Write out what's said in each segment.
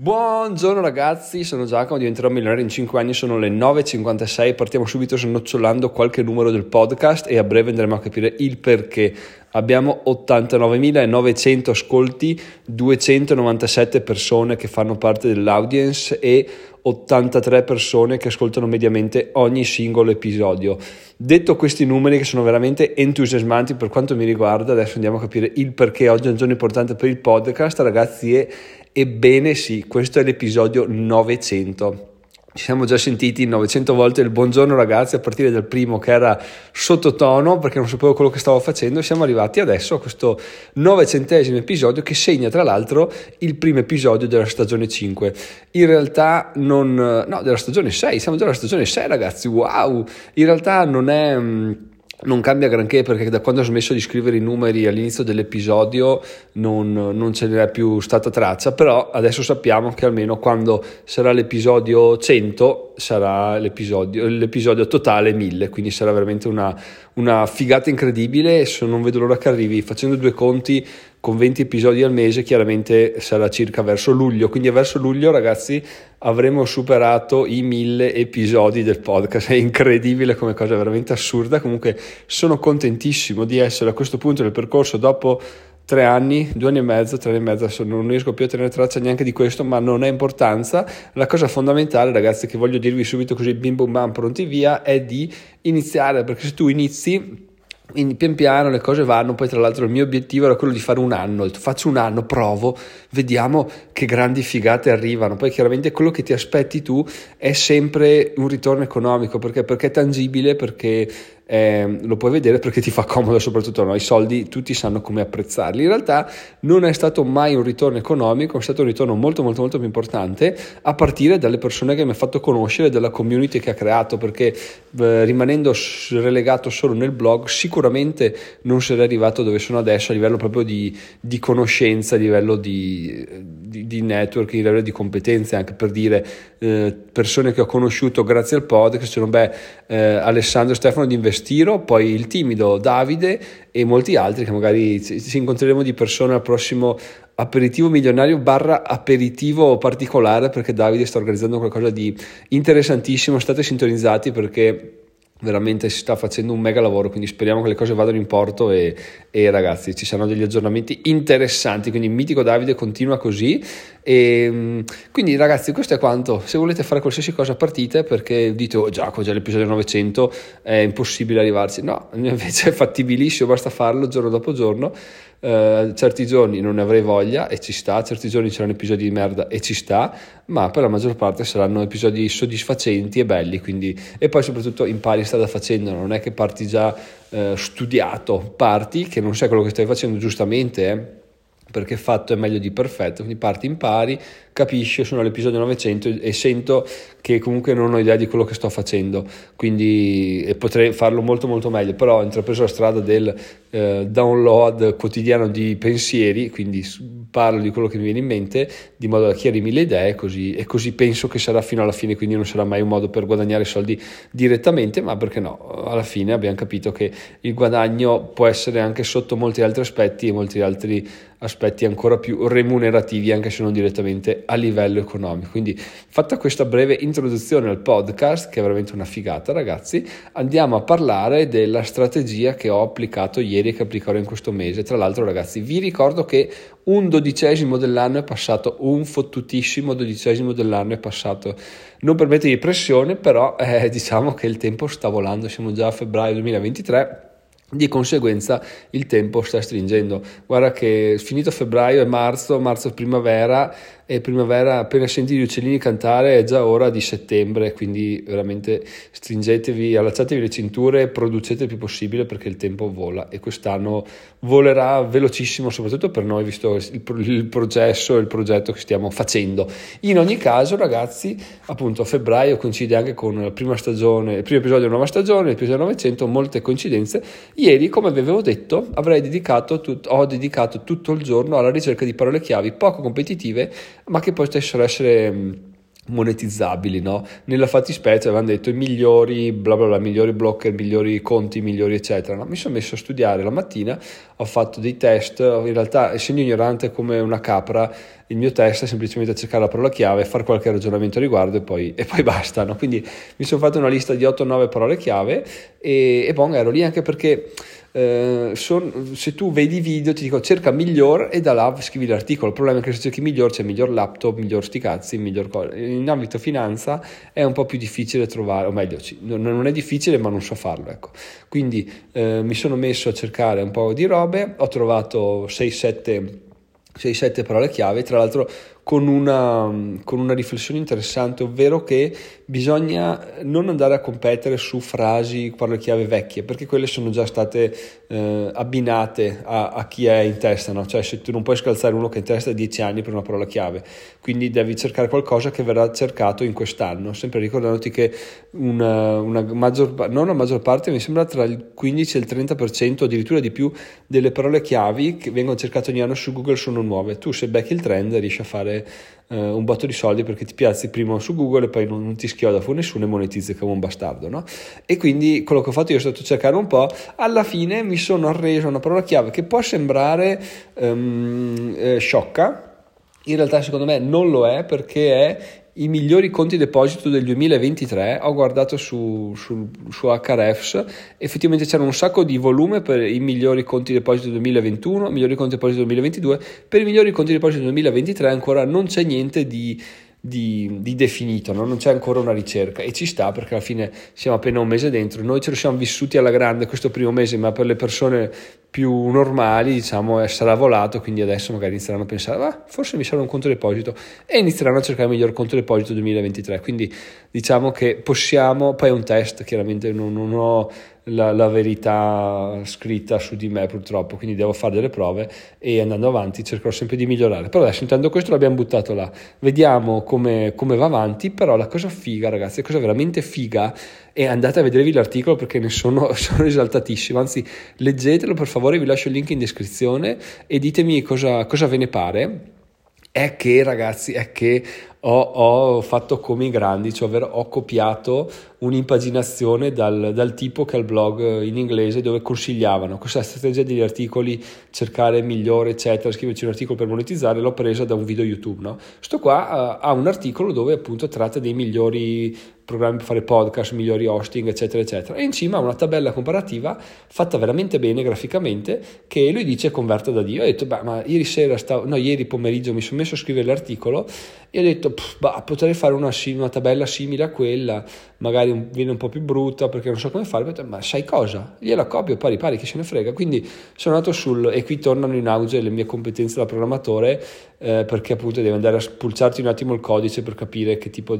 Buongiorno ragazzi, sono Giacomo, diventerò milionario in 5 anni, sono le 9.56, partiamo subito snocciolando qualche numero del podcast e a breve andremo a capire il perché. Abbiamo 89.900 ascolti, 297 persone che fanno parte dell'audience e 83 persone che ascoltano mediamente ogni singolo episodio. Detto questi numeri che sono veramente entusiasmanti per quanto mi riguarda, adesso andiamo a capire il perché oggi è un giorno importante per il podcast, ragazzi, ebbene sì, questo è l'episodio 900. Ci siamo già sentiti 900 volte il buongiorno ragazzi, a partire dal primo che era sottotono perché non sapevo quello che stavo facendo. Siamo arrivati adesso a questo 900esimo episodio che segna tra l'altro il primo episodio della stagione 5. In realtà della stagione 6, siamo già alla stagione 6 ragazzi, wow! In realtà non cambia granché perché da quando ho smesso di scrivere i numeri all'inizio dell'episodio non ce n'era più stata traccia, però adesso sappiamo che almeno quando sarà l'episodio 100 sarà l'episodio totale 1000, quindi sarà veramente una figata incredibile. Non vedo l'ora che arrivi, facendo due conti con 20 episodi al mese chiaramente sarà circa verso luglio, quindi verso luglio ragazzi avremo superato i 1000 episodi del podcast. È incredibile come cosa, veramente assurda. Comunque sono contentissimo di essere a questo punto del percorso dopo 3 anni, 2 anni e mezzo, adesso non riesco più a tenere traccia neanche di questo, ma non ha importanza. La cosa fondamentale ragazzi che voglio dirvi subito così bim bum bam pronti via è di iniziare, perché se tu inizi pian piano le cose vanno. Poi tra l'altro il mio obiettivo era quello di fare un anno, faccio un anno, provo, vediamo che grandi figate arrivano. Poi chiaramente quello che ti aspetti tu è sempre un ritorno economico, perché è tangibile, perché lo puoi vedere, perché ti fa comodo soprattutto, no? I soldi tutti sanno come apprezzarli. In realtà non è stato mai un ritorno economico, è stato un ritorno molto molto molto più importante a partire dalle persone che mi ha fatto conoscere, dalla community che ha creato, perché rimanendo relegato solo nel blog sicuramente non sarei arrivato dove sono adesso a livello proprio di conoscenza, a livello di network, a livello di competenze, anche per dire persone che ho conosciuto grazie al podcast sono Alessandro Stefano di Investiro, poi il timido Davide e molti altri che magari ci incontreremo di persona al prossimo aperitivo milionario / aperitivo particolare, perché Davide sta organizzando qualcosa di interessantissimo. State sintonizzati perché veramente si sta facendo un mega lavoro, quindi speriamo che le cose vadano in porto e ragazzi ci saranno degli aggiornamenti interessanti, quindi mitico Davide, continua così. E quindi ragazzi questo è quanto. Se volete fare qualsiasi cosa partite, perché dite già l'episodio 900 è impossibile arrivarci, no, invece è fattibilissimo, basta farlo giorno dopo giorno. Certi giorni non ne avrei voglia e ci sta, certi giorni saranno episodi di merda e ci sta, ma per la maggior parte saranno episodi soddisfacenti e belli, quindi. E poi soprattutto impari strada facendo, non è che parti già studiato, parti che non sai quello che stai facendo giustamente, perché fatto è meglio di perfetto, quindi parti, impari, capisci. Sono all'episodio 900 e sento che comunque non ho idea di quello che sto facendo, quindi potrei farlo molto molto meglio, però ho intrapreso la strada del download quotidiano di pensieri, quindi parlo di quello che mi viene in mente di modo da chiarirmi le idee, e così penso che sarà fino alla fine. Quindi non sarà mai un modo per guadagnare soldi direttamente, ma perché no, alla fine abbiamo capito che il guadagno può essere anche sotto molti altri aspetti e molti altri aspetti ancora più remunerativi, anche se non direttamente a livello economico. Quindi fatta questa breve introduzione al podcast, che è veramente una figata ragazzi, andiamo a parlare della strategia che ho applicato ieri e che applicherò in questo mese. Tra l'altro ragazzi vi ricordo che un 12° dell'anno è passato, un fottutissimo 12° dell'anno è passato. Non per mettergli pressione, però diciamo che il tempo sta volando, siamo già a febbraio 2023. Di conseguenza il tempo sta stringendo. Guarda che finito febbraio è marzo è primavera, e primavera appena senti gli uccellini cantare è già ora di settembre, quindi veramente stringetevi, allacciatevi le cinture, producete il più possibile perché il tempo vola e quest'anno volerà velocissimo, soprattutto per noi visto il progetto che stiamo facendo. In ogni caso ragazzi, appunto febbraio coincide anche con la prima stagione, il primo episodio della nuova stagione, l'episodio 900, molte coincidenze. Ieri, come vi avevo detto, ho dedicato tutto il giorno alla ricerca di parole chiavi poco competitive, ma che possono essere monetizzabili, no? Nella fattispecie avevano detto i migliori bla bla bla, migliori blogger, migliori conti, migliori eccetera, no? Mi sono messo a studiare la mattina, ho fatto dei test, in realtà essendo ignorante come una capra, il mio test è semplicemente cercare la parola chiave, fare qualche ragionamento a riguardo e poi basta, no? Quindi mi sono fatto una lista di 8-9 parole chiave e poi ero lì anche perché se tu vedi i video ti dico cerca miglior e da là scrivi l'articolo. Il problema è che se cerchi miglior c'è miglior laptop, miglior sti cazzi, miglior cosa. In ambito finanza è un po' più difficile trovare, o meglio non è difficile ma non so farlo, ecco. Quindi mi sono messo a cercare un po' di robe, ho trovato 6-7 parole chiave, tra l'altro con una riflessione interessante, ovvero che bisogna non andare a competere su frasi, parole chiave vecchie, perché quelle sono già state abbinate a chi è in testa, no? Cioè se tu non puoi scalzare uno che è in testa 10 anni per una parola chiave, quindi devi cercare qualcosa che verrà cercato in quest'anno, sempre ricordandoti che non la maggior parte, mi sembra tra il 15 e il 30%, addirittura di più, delle parole chiavi che vengono cercate ogni anno su Google sono nuove. Tu se becchi il trend riesci a fare un botto di soldi perché ti piazzi prima su Google e poi non ti schioda fuori nessuno e monetizzi come un bastardo, no? E quindi quello che ho fatto io è stato cercare un po', alla fine mi sono arreso a una parola chiave che può sembrare sciocca, in realtà secondo me non lo è, perché è i migliori conti deposito del 2023. Ho guardato su Hrefs, effettivamente c'era un sacco di volume per i migliori conti deposito del 2021, i migliori conti deposito del 2022, per i migliori conti deposito del 2023 ancora non c'è niente di definito, no? Non c'è ancora una ricerca e ci sta, perché alla fine siamo appena un mese dentro, noi ce lo siamo vissuti alla grande questo primo mese, ma per le persone più normali diciamo sarà volato, quindi adesso magari inizieranno a pensare forse mi serve un conto deposito e inizieranno a cercare il miglior conto deposito 2023, quindi diciamo che possiamo, poi è un test, chiaramente non ho la verità scritta su di me purtroppo, quindi devo fare delle prove e andando avanti cercherò sempre di migliorare. Però adesso intanto questo l'abbiamo buttato là, vediamo come va avanti. Però la cosa figa, ragazzi, la cosa veramente figa, e andate a vedervi l'articolo perché ne sono esaltatissimo, anzi leggetelo per favore, vi lascio il link in descrizione e ditemi cosa ve ne pare. È che ragazzi, ho fatto come i grandi, cioè ovvero ho copiato un'impaginazione dal tipo che ha il blog in inglese, dove consigliavano questa strategia degli articoli, cercare migliore eccetera, scriverci un articolo per monetizzare. L'ho presa da un video YouTube, no? Sto qua ha un articolo dove appunto tratta dei migliori programmi per fare podcast, migliori hosting eccetera eccetera, e in cima ha una tabella comparativa fatta veramente bene graficamente, che lui dice converta da Dio. Ho detto ma ieri pomeriggio mi sono messo a scrivere l'articolo e ho detto potrei fare una tabella simile a quella, magari viene un po' più brutta perché non so come fare. Ho detto, ma sai cosa? Gliela copio pari chi se ne frega. Quindi sono andato e qui tornano in auge le mie competenze da programmatore, perché appunto devi andare a spulciarti un attimo il codice per capire che tipo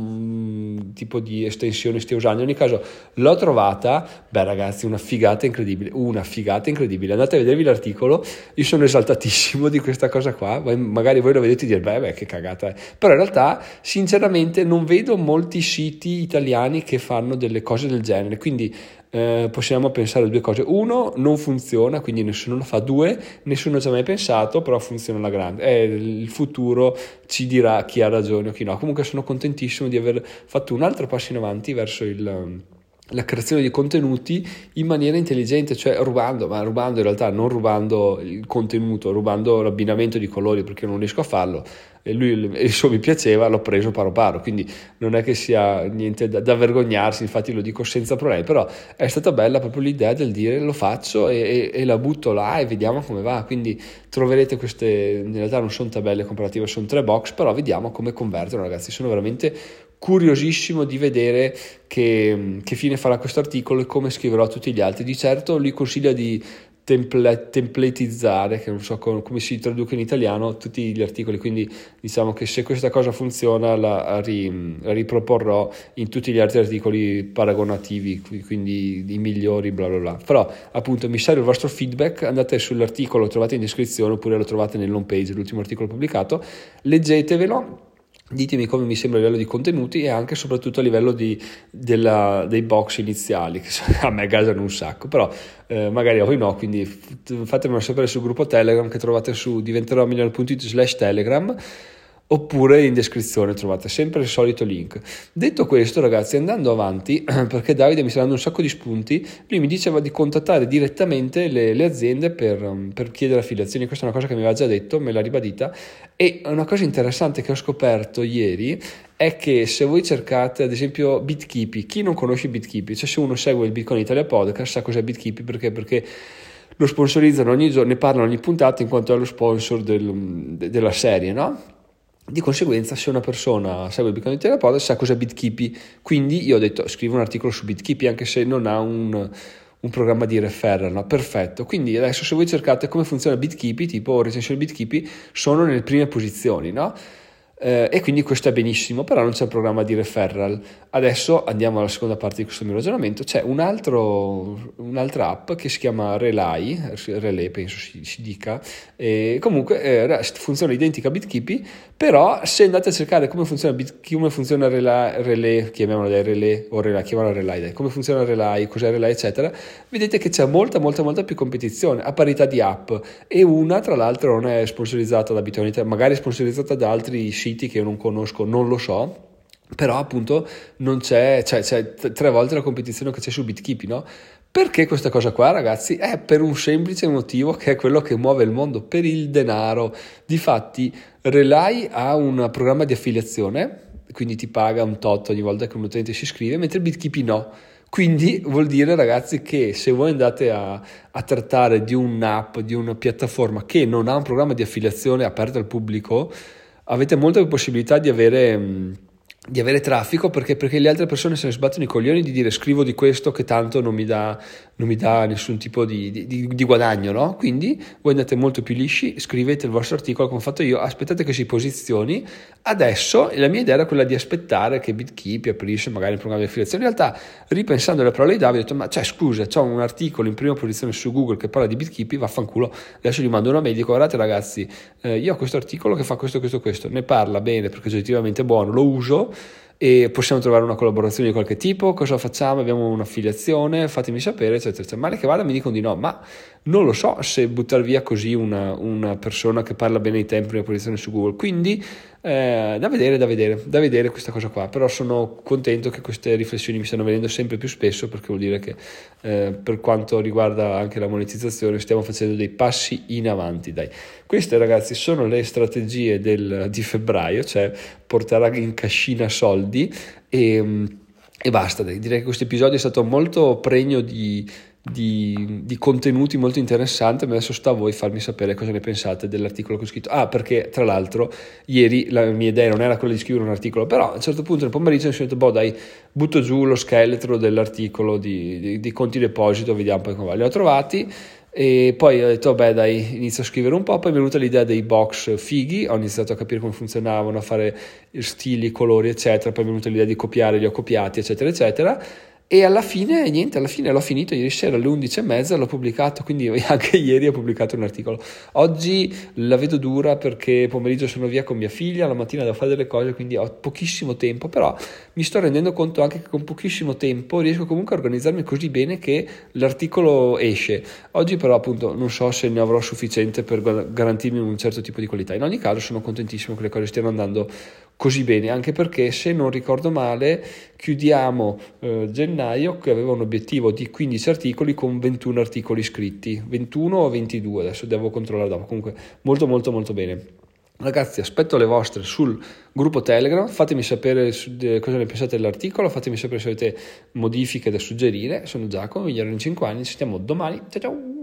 di estensione stia usando. In ogni caso l'ho trovata, ragazzi, una figata incredibile. Andate a vedervi l'articolo, io sono esaltatissimo di questa cosa qua. Magari voi lo vedete e dire che cagata è, però in realtà sinceramente non vedo molti siti italiani che fanno delle cose del genere, quindi possiamo pensare a due cose: uno, non funziona, quindi nessuno lo fa; due, nessuno ci ha mai pensato, però funziona alla grande. Il futuro ci dirà chi ha ragione o chi no. Comunque sono contentissimo di aver fatto un altro passo in avanti verso la creazione di contenuti in maniera intelligente, cioè rubando in realtà, non rubando il contenuto, rubando l'abbinamento di colori, perché non riesco a farlo, e il suo mi piaceva, l'ho preso paro, quindi non è che sia niente da vergognarsi, infatti lo dico senza problemi. Però è stata bella proprio l'idea del dire lo faccio e la butto là e vediamo come va. Quindi troverete queste, in realtà non sono tabelle comparative, sono 3 box, però vediamo come convertono, ragazzi. Sono veramente curiosissimo di vedere che fine farà questo articolo e come scriverò a tutti gli altri. Di certo lui consiglia di templatizzare, che non so come si traduce in italiano, tutti gli articoli, quindi diciamo che se questa cosa funziona la riproporrò in tutti gli altri articoli paragonativi, quindi i migliori bla bla bla. Però appunto mi serve il vostro feedback, andate sull'articolo, lo trovate in descrizione oppure lo trovate nell'home page, l'ultimo articolo pubblicato, leggetevelo. Ditemi come mi sembra a livello di contenuti e anche e soprattutto a livello dei box iniziali, che a me gasano un sacco, però magari a voi no, quindi fatemelo sapere sul gruppo Telegram che trovate su diventeromilionario.it/Telegram, oppure in descrizione trovate sempre il solito link. Detto questo, ragazzi, andando avanti, perché Davide mi sta dando un sacco di spunti, lui mi diceva di contattare direttamente le aziende per chiedere affiliazioni. Questa è una cosa che mi aveva già detto, me l'ha ribadita, e una cosa interessante che ho scoperto ieri è che se voi cercate ad esempio BitKeepy, chi non conosce BitKeepy, cioè se uno segue il Bitcoin Italia Podcast sa cos'è BitKeepy, perché lo sponsorizzano ogni giorno, ne parlano ogni puntata in quanto è lo sponsor della serie, no? Di conseguenza, se una persona segue il Bitcoin Italia Podcast sa cos'è BitKeepy, quindi io ho detto scrivo un articolo su BitKeepy anche se non ha un programma di referral, no? Perfetto. Quindi adesso se voi cercate come funziona BitKeepy, tipo recensione BitKeepy, sono nelle prime posizioni, no? E quindi questo è benissimo, però non c'è un programma di referral. Adesso andiamo alla seconda parte di questo mio ragionamento. C'è un'altra app che si chiama Relay penso si dica, e comunque funziona identica a BitKeepy, però se andate a cercare come funziona Relay, chiamiamola Relay o Relay, chiamiamola Relay, come funziona Relay, cos'è Relay eccetera, vedete che c'è molta più competizione a parità di app, e una tra l'altro non è sponsorizzata da Bitcoin, magari è sponsorizzata da altri siti che io non conosco, non lo so, però appunto non c'è 3 volte la competizione che c'è su BitKeepy, no? Perché questa cosa qua, ragazzi? È per un semplice motivo, che è quello che muove il mondo: per il denaro. Difatti Relay ha un programma di affiliazione, quindi ti paga un tot ogni volta che un utente si iscrive, mentre BitKeepy no. Quindi vuol dire, ragazzi, che se voi andate a trattare di un'app, di una piattaforma che non ha un programma di affiliazione aperto al pubblico, avete molte possibilità di avere traffico, perché le altre persone se ne sbattono i coglioni di dire scrivo di questo che tanto non mi dà nessun tipo di guadagno, no? Quindi voi andate molto più lisci, scrivete il vostro articolo come ho fatto io, aspettate che si posizioni. Adesso la mia idea era quella di aspettare che BitKeepy aprisse magari il programma di affiliazione. In realtà, ripensando alle parole di Davide, ho detto, ma scusa, c'ho un articolo in prima posizione su Google che parla di BitKeepy, vaffanculo, adesso gli mando una mail, dico guardate ragazzi, io ho questo articolo che fa questo, ne parla bene perché oggettivamente è buono, lo uso, e possiamo trovare una collaborazione di qualche tipo, cosa facciamo, abbiamo un'affiliazione, fatemi sapere eccetera eccetera. Male che vada mi dicono di no, ma non lo so se buttare via così una persona che parla bene di te in prima posizione su Google, quindi da vedere questa cosa qua. Però sono contento che queste riflessioni mi stanno venendo sempre più spesso, perché vuol dire che per quanto riguarda anche la monetizzazione stiamo facendo dei passi in avanti, dai. Queste, ragazzi, sono le strategie di febbraio, cioè portare in cascina soldi e basta, dai. Direi che questo episodio è stato molto pregno di contenuti molto interessanti, ma adesso sta a voi farmi sapere cosa ne pensate dell'articolo che ho scritto. Perché tra l'altro ieri la mia idea non era quella di scrivere un articolo, però a un certo punto nel pomeriggio mi sono detto dai, butto giù lo scheletro dell'articolo di conti deposito, vediamo poi come va. Li ho trovati e poi ho detto dai, inizio a scrivere un po'. Poi mi è venuta l'idea dei box fighi, ho iniziato a capire come funzionavano, a fare stili, colori eccetera, poi mi è venuta l'idea di copiare, li ho copiati eccetera eccetera. E alla fine l'ho finito ieri sera alle 11:30, l'ho pubblicato, quindi anche ieri ho pubblicato un articolo. Oggi la vedo dura perché pomeriggio sono via con mia figlia, la mattina devo fare delle cose, quindi ho pochissimo tempo, però mi sto rendendo conto anche che con pochissimo tempo riesco comunque a organizzarmi così bene che l'articolo esce. Oggi però appunto non so se ne avrò sufficiente per garantirmi un certo tipo di qualità. In ogni caso sono contentissimo che le cose stiano andando così bene, anche perché se non ricordo male chiudiamo gennaio che aveva un obiettivo di 15 articoli con 21 articoli scritti, 21 o 22, adesso devo controllare dopo. Comunque molto bene. Ragazzi, aspetto le vostre sul gruppo Telegram, fatemi sapere cosa ne pensate dell'articolo, fatemi sapere se avete modifiche da suggerire. Sono Giacomo, migliore in 5 anni, ci sentiamo domani, ciao ciao!